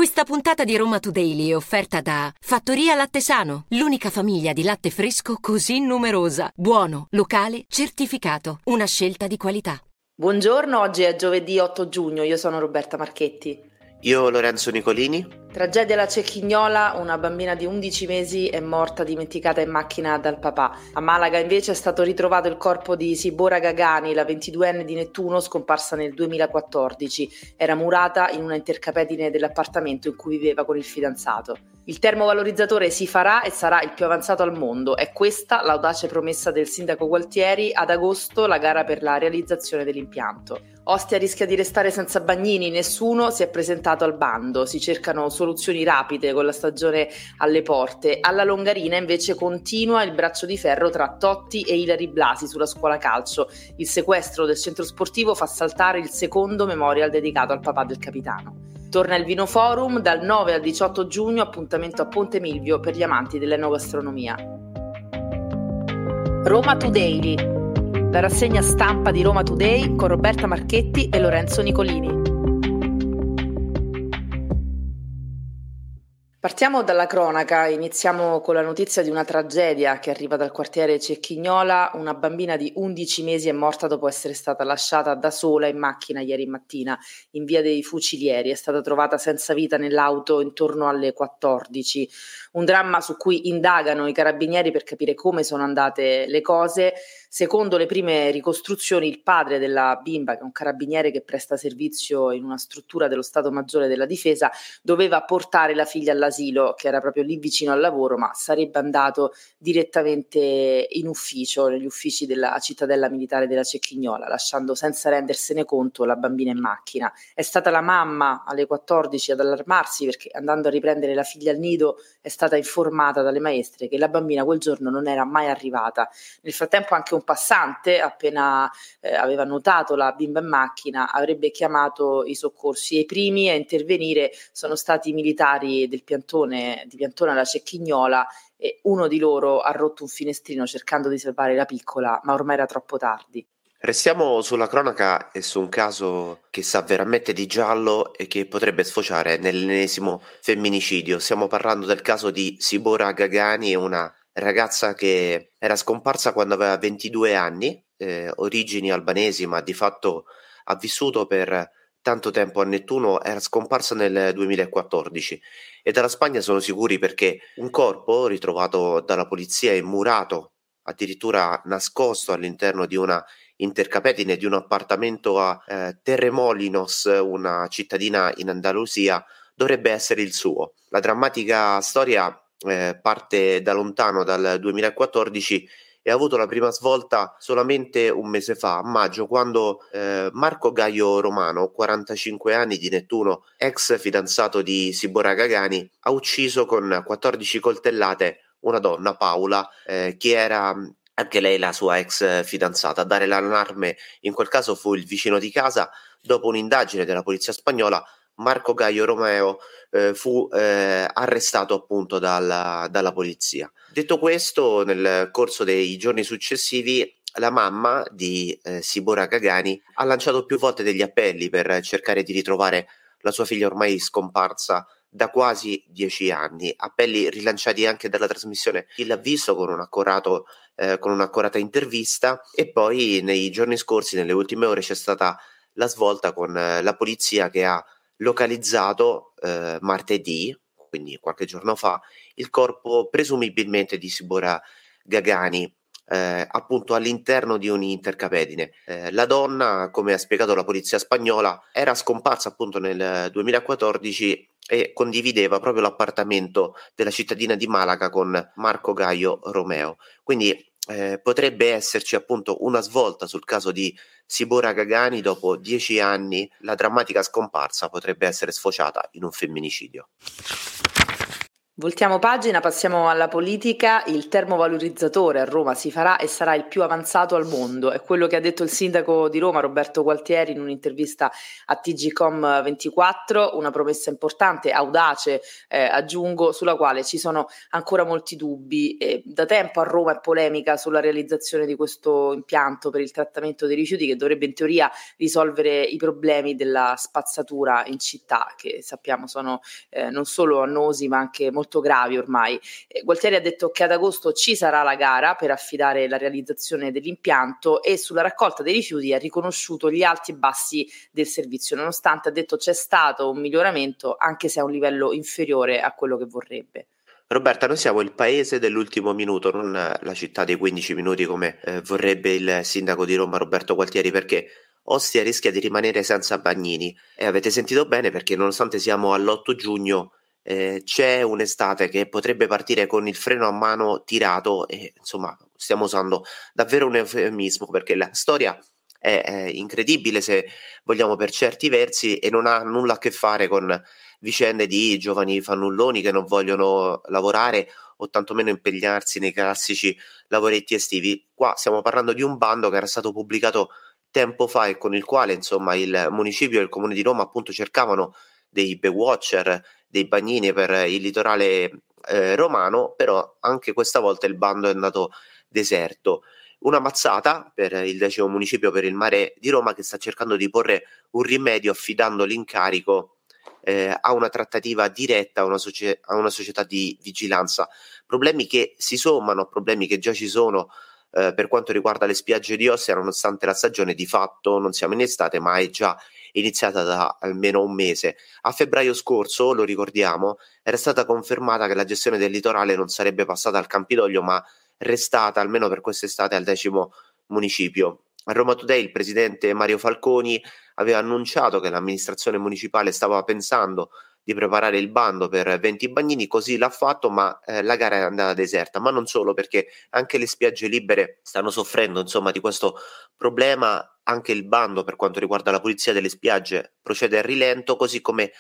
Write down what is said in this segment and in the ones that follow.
Questa puntata di Roma Today è offerta da Fattoria Latte Sano, l'unica famiglia di latte fresco così numerosa. Buono, locale, certificato. Una scelta di qualità. Buongiorno, oggi è giovedì 8 giugno, io sono Roberta Marchetti. Io Lorenzo Nicolini. Tragedia alla Cecchignola, una bambina di 11 mesi è morta dimenticata in macchina dal papà. A Malaga invece è stato ritrovato il corpo di Sibora Gagani, la 22enne di Nettuno, scomparsa nel 2014. Era murata in una intercapedine dell'appartamento in cui viveva con il fidanzato. Il termovalorizzatore si farà e sarà il più avanzato al mondo. È questa l'audace promessa del sindaco Gualtieri. Ad agosto la gara per la realizzazione dell'impianto. Ostia rischia di restare senza bagnini, nessuno si è presentato al bando. Si cercano soluzioni rapide con la stagione alle porte. Alla Longarina invece continua il braccio di ferro tra Totti e Ilary Blasi sulla scuola calcio. Il sequestro del centro sportivo fa saltare il secondo memorial dedicato al papà del capitano. Torna il Vino Forum dal 9 al 18 giugno, appuntamento a Ponte Milvio per gli amanti dell'enogastronomia. Roma Today, la rassegna stampa di Roma Today con Roberta Marchetti e Lorenzo Nicolini. Partiamo dalla cronaca, iniziamo con la notizia di una tragedia che arriva dal quartiere Cecchignola. Una bambina di 11 mesi è morta dopo essere stata lasciata da sola in macchina ieri mattina in via dei Fucilieri. È stata trovata senza vita nell'auto intorno alle 14. Un dramma su cui indagano i carabinieri per capire come sono andate le cose. Secondo le prime ricostruzioni, il padre della bimba, che è un carabiniere che presta servizio in una struttura dello Stato Maggiore della Difesa, doveva portare la figlia all'asilo, che era proprio lì vicino al lavoro, ma sarebbe andato direttamente in ufficio, negli uffici della cittadella militare della Cecchignola, lasciando senza rendersene conto la bambina in macchina. È stata la mamma alle 14 ad allarmarsi perché, andando a riprendere la figlia al nido, è stata informata dalle maestre che la bambina quel giorno non era mai arrivata. Nel frattempo anche un passante, appena aveva notato la bimba in macchina, avrebbe chiamato i soccorsi, e i primi a intervenire sono stati i militari di Piantone alla Cecchignola, e uno di loro ha rotto un finestrino cercando di salvare la piccola, ma ormai era troppo tardi. Restiamo sulla cronaca e su un caso che sa veramente di giallo e che potrebbe sfociare nell'ennesimo femminicidio. Stiamo parlando del caso di Sibora Gagani, una ragazza che era scomparsa quando aveva 22 anni, origini albanesi, ma di fatto ha vissuto per tanto tempo a Nettuno. Era scomparsa nel 2014 e dalla Spagna sono sicuri perché un corpo ritrovato dalla polizia immurato, addirittura nascosto all'interno di una intercapedine di un appartamento a Torremolinos, una cittadina in Andalusia, dovrebbe essere il suo. La drammatica storia parte da lontano, dal 2014, e ha avuto la prima svolta solamente un mese fa, a maggio, quando Marco Gaio Romano, 45 anni, di Nettuno, ex fidanzato di Sibora Gagani, ha ucciso con 14 coltellate una donna, Paola, che era anche lei la sua ex fidanzata. A dare l'allarme in quel caso fu il vicino di casa. Dopo un'indagine della polizia spagnola, Marco Gaio Romeo fu arrestato appunto dalla polizia. Detto questo, nel corso dei giorni successivi la mamma di Sibora Gagani ha lanciato più volte degli appelli per cercare di ritrovare la sua figlia ormai scomparsa da quasi 10 anni, appelli rilanciati anche dalla trasmissione Chi l'ha visto, con un'accorata intervista. E poi nei giorni scorsi, nelle ultime ore, c'è stata la svolta con la polizia che ha localizzato martedì, quindi qualche giorno fa, il corpo presumibilmente di Sibora Gagani, appunto all'interno di un'intercapedine. La donna, come ha spiegato la polizia spagnola, era scomparsa appunto nel 2014 e condivideva proprio l'appartamento della cittadina di Malaga con Marco Gaio Romeo. Quindi potrebbe esserci appunto una svolta sul caso di Sibora Gagani. Dopo 10 anni la drammatica scomparsa potrebbe essere sfociata in un femminicidio. Voltiamo pagina, passiamo alla politica. Il termovalorizzatore a Roma si farà e sarà il più avanzato al mondo. È quello che ha detto il sindaco di Roma, Roberto Gualtieri, in un'intervista a TGcom24, una promessa importante, audace, aggiungo, sulla quale ci sono ancora molti dubbi. Da tempo a Roma è polemica sulla realizzazione di questo impianto per il trattamento dei rifiuti che dovrebbe in teoria risolvere i problemi della spazzatura in città, che sappiamo sono non solo annosi ma anche molto gravi ormai. Gualtieri ha detto che ad agosto ci sarà la gara per affidare la realizzazione dell'impianto e sulla raccolta dei rifiuti ha riconosciuto gli alti e bassi del servizio, nonostante ha detto c'è stato un miglioramento anche se a un livello inferiore a quello che vorrebbe. Roberta, noi siamo il paese dell'ultimo minuto, non la città dei 15 minuti come vorrebbe il sindaco di Roma Roberto Gualtieri, perché Ostia rischia di rimanere senza bagnini. E avete sentito bene, perché nonostante siamo all'8 giugno c'è un'estate che potrebbe partire con il freno a mano tirato e insomma stiamo usando davvero un eufemismo, perché la storia è incredibile se vogliamo per certi versi e non ha nulla a che fare con vicende di giovani fannulloni che non vogliono lavorare o tantomeno impegnarsi nei classici lavoretti estivi. Qua stiamo parlando di un bando che era stato pubblicato tempo fa e con il quale insomma il municipio e il comune di Roma appunto cercavano dei bewatcher, dei bagnini per il litorale romano, però anche questa volta il bando è andato deserto. Una mazzata per il 10° municipio per il mare di Roma, che sta cercando di porre un rimedio affidando l'incarico a una trattativa diretta a una società di vigilanza. Problemi che si sommano a problemi che già ci sono per quanto riguarda le spiagge di Ostia, nonostante la stagione di fatto non siamo in estate, ma è già iniziata da almeno un mese. A febbraio scorso, lo ricordiamo, era stata confermata che la gestione del litorale non sarebbe passata al Campidoglio, ma restata almeno per quest'estate al 10° municipio. A Roma Today il presidente Mario Falconi aveva annunciato che l'amministrazione municipale stava pensando di preparare il bando per 20 bagnini, così l'ha fatto, ma la gara è andata deserta. Ma non solo, perché anche le spiagge libere stanno soffrendo insomma di questo problema. Anche il bando per quanto riguarda la pulizia delle spiagge procede a rilento, così come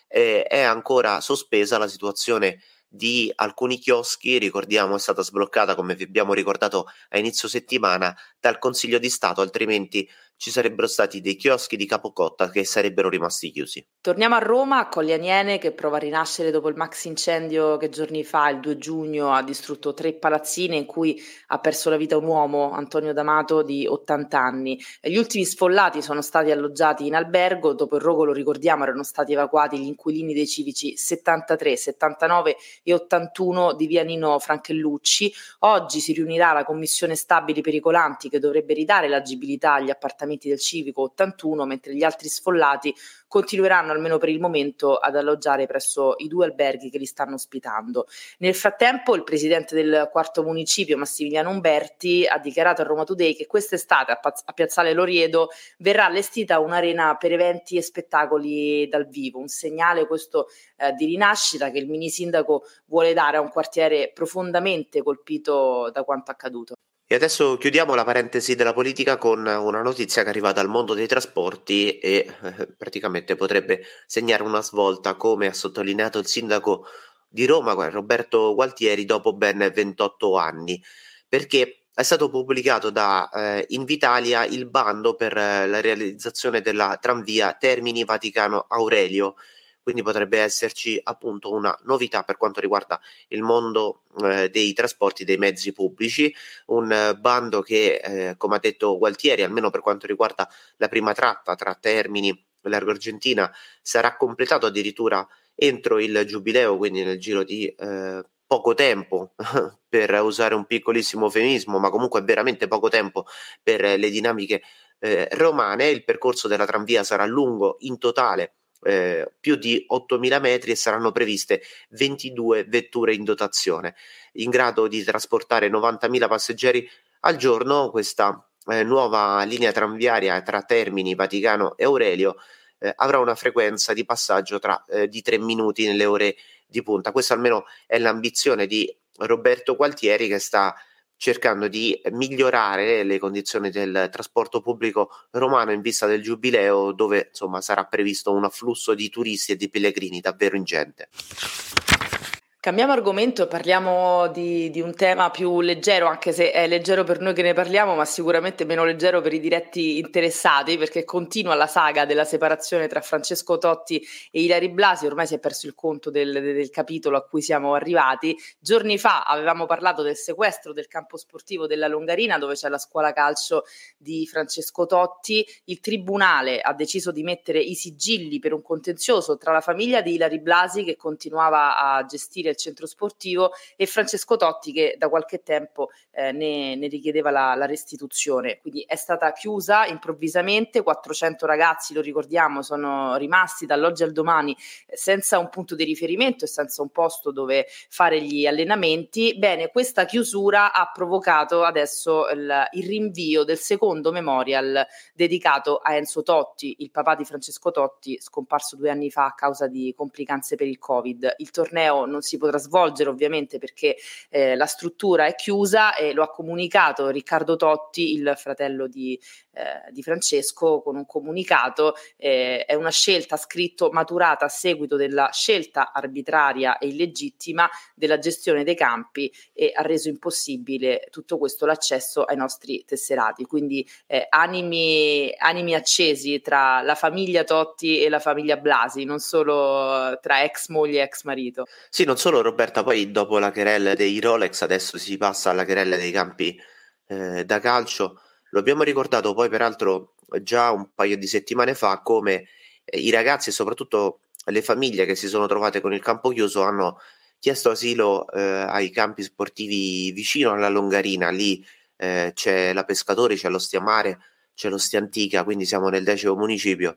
è ancora sospesa la situazione di alcuni chioschi. Ricordiamo, è stata sbloccata, come vi abbiamo ricordato a inizio settimana, dal Consiglio di Stato, altrimenti ci sarebbero stati dei chioschi di Capocotta che sarebbero rimasti chiusi. Torniamo a Roma, a Colli Aniene, che prova a rinascere dopo il maxi incendio che giorni fa, il 2 giugno, ha distrutto 3 palazzine in cui ha perso la vita un uomo, Antonio D'Amato, di 80 anni. Gli ultimi sfollati sono stati alloggiati in albergo. Dopo il rogo, lo ricordiamo, erano stati evacuati gli inquilini dei civici 73, 79 e 81 di via Nino Franchellucci. Oggi si riunirà la commissione stabili pericolanti, che dovrebbe ridare l'agibilità agli appartamenti del civico 81, mentre gli altri sfollati continueranno almeno per il momento ad alloggiare presso i 2 alberghi che li stanno ospitando. Nel frattempo il presidente del 4° municipio, Massimiliano Umberti, ha dichiarato a Roma Today che quest'estate a Piazzale Loriedo verrà allestita un'arena per eventi e spettacoli dal vivo, un segnale questo di rinascita che il mini sindaco vuole dare a un quartiere profondamente colpito da quanto accaduto. E adesso chiudiamo la parentesi della politica con una notizia che arriva dal mondo dei trasporti e praticamente potrebbe segnare una svolta, come ha sottolineato il sindaco di Roma, Roberto Gualtieri, dopo ben 28 anni, perché è stato pubblicato da Invitalia il bando per la realizzazione della tranvia Termini Vaticano Aurelio. Quindi potrebbe esserci appunto una novità per quanto riguarda il mondo dei trasporti, dei mezzi pubblici, un bando che, come ha detto Gualtieri, almeno per quanto riguarda la prima tratta tra Termini e Largo Argentina, sarà completato addirittura entro il Giubileo, quindi nel giro di poco tempo, per usare un piccolissimo eufemismo, ma comunque veramente poco tempo per le dinamiche romane. Il percorso della tranvia sarà lungo in totale più di 8.000 metri e saranno previste 22 vetture in dotazione, in grado di trasportare 90.000 passeggeri al giorno. Questa nuova linea tranviaria tra Termini, Vaticano e Aurelio avrà una frequenza di passaggio di 3 minuti nelle ore di punta. Questa almeno è l'ambizione di Roberto Gualtieri, che sta cercando di migliorare le condizioni del trasporto pubblico romano in vista del Giubileo, dove insomma sarà previsto un afflusso di turisti e di pellegrini davvero ingente. Cambiamo argomento e parliamo di un tema più leggero, anche se è leggero per noi che ne parliamo, ma sicuramente meno leggero per i diretti interessati, perché continua la saga della separazione tra Francesco Totti e Ilary Blasi. Ormai si è perso il conto del capitolo a cui siamo arrivati. Giorni fa avevamo parlato del sequestro del campo sportivo della Longarina, dove c'è la scuola calcio di Francesco Totti. Il tribunale ha deciso di mettere i sigilli per un contenzioso tra la famiglia di Ilary Blasi, che continuava a gestire il centro sportivo, e Francesco Totti, che da qualche tempo ne richiedeva la restituzione. Quindi è stata chiusa improvvisamente. 400 ragazzi, lo ricordiamo, sono rimasti dall'oggi al domani senza un punto di riferimento e senza un posto dove fare gli allenamenti. Bene, questa chiusura ha provocato adesso il rinvio del secondo memorial dedicato a Enzo Totti, il papà di Francesco Totti, scomparso 2 anni fa a causa di complicanze per il Covid. Il torneo non si potrà svolgere ovviamente perché la struttura è chiusa, e lo ha comunicato Riccardo Totti, il fratello di Francesco, con un comunicato. È una scelta, scritto, maturata a seguito della scelta arbitraria e illegittima della gestione dei campi, e ha reso impossibile tutto questo l'accesso ai nostri tesserati. Quindi animi accesi tra la famiglia Totti e la famiglia Blasi, non solo tra ex moglie e ex marito. Sì, non solo, Roberta, poi dopo la querella dei Rolex adesso si passa alla querella dei campi da calcio. Lo abbiamo ricordato poi peraltro già un paio di settimane fa come i ragazzi e soprattutto le famiglie che si sono trovate con il campo chiuso hanno chiesto asilo ai campi sportivi vicino alla Longarina. Lì c'è la Pescatori, c'è lo Stiamare, c'è lo Stiantica, quindi siamo nel 10° municipio,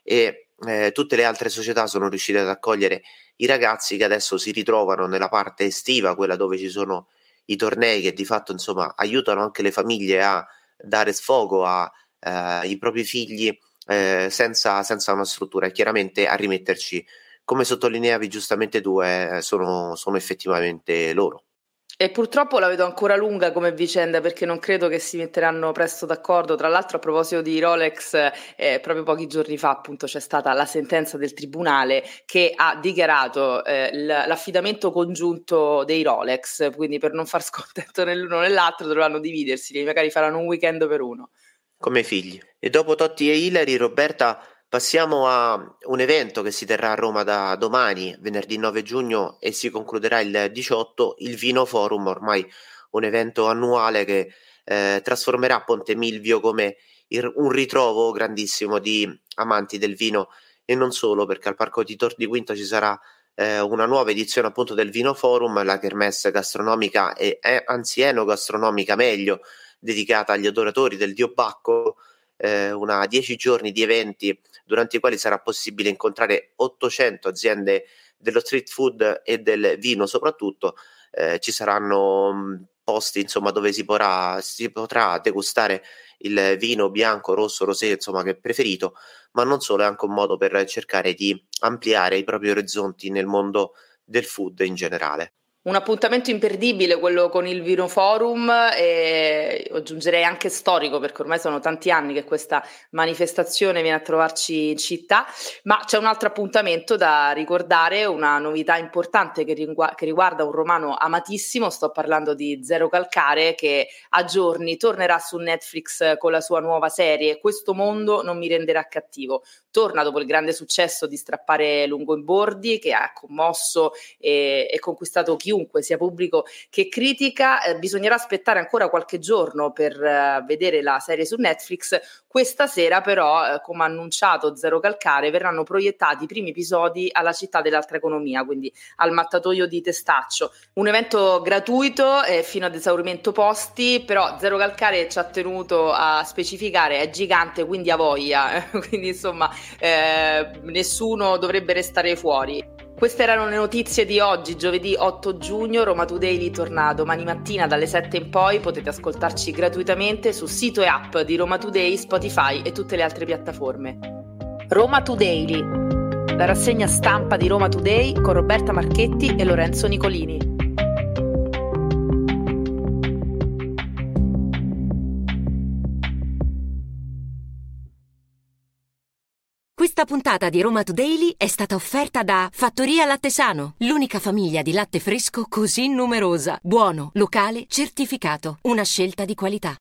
e tutte le altre società sono riuscite ad accogliere i ragazzi che adesso si ritrovano nella parte estiva, quella dove ci sono i tornei che di fatto insomma aiutano anche le famiglie a dare sfogo ai propri figli senza una struttura, e chiaramente a rimetterci, come sottolineavi giustamente tu, sono effettivamente loro. E purtroppo la vedo ancora lunga come vicenda, perché non credo che si metteranno presto d'accordo. Tra l'altro, a proposito di Rolex, proprio pochi giorni fa appunto c'è stata la sentenza del tribunale che ha dichiarato l'affidamento congiunto dei Rolex, quindi per non far scontento né l'uno né l'altro dovranno dividersi, magari faranno un weekend per uno. Come figli. E dopo Totti e Ilary, Roberta, passiamo a un evento che si terrà a Roma da domani, venerdì 9 giugno, e si concluderà il 18, il Vino Forum, ormai un evento annuale che trasformerà Ponte Milvio come un ritrovo grandissimo di amanti del vino, e non solo, perché al Parco di Tor di Quinto ci sarà una nuova edizione appunto del Vino Forum, la kermesse gastronomica anzi enogastronomica meglio, dedicata agli adoratori del dio Bacco, una 10 giorni di eventi durante i quali sarà possibile incontrare 800 aziende dello street food e del vino soprattutto. Ci saranno posti insomma dove si potrà degustare il vino bianco, rosso, rosé, insomma che è preferito, ma non solo, è anche un modo per cercare di ampliare i propri orizzonti nel mondo del food in generale. Un appuntamento imperdibile quello con il Vino Forum, e aggiungerei anche storico, perché ormai sono tanti anni che questa manifestazione viene a trovarci in città. Ma c'è un altro appuntamento da ricordare, una novità importante che riguarda un romano amatissimo. Sto parlando di Zero Calcare, che a giorni tornerà su Netflix con la sua nuova serie Questo mondo non mi renderà cattivo. Torna dopo il grande successo di Strappare lungo i bordi, che ha commosso e conquistato chiunque, sia pubblico che critica. Bisognerà aspettare ancora qualche giorno per vedere la serie su Netflix. Questa sera però, come annunciato Zero Calcare, verranno proiettati i primi episodi alla Città dell'Altra Economia, quindi al Mattatoio di Testaccio. Un evento gratuito fino ad esaurimento posti, però Zero Calcare ci ha tenuto a specificare è gigante, quindi ha voglia, quindi insomma nessuno dovrebbe restare fuori. Queste erano le notizie di oggi, giovedì 8 giugno. Roma Today torna domani mattina dalle 7 in poi. Potete ascoltarci gratuitamente su sito e app di Roma Today, Spotify e tutte le altre piattaforme. Roma Today, la rassegna stampa di Roma Today con Roberta Marchetti e Lorenzo Nicolini. Questa puntata di Roma Today è stata offerta da Fattoria Latte Sano, l'unica famiglia di latte fresco così numerosa. Buono, locale, certificato. Una scelta di qualità.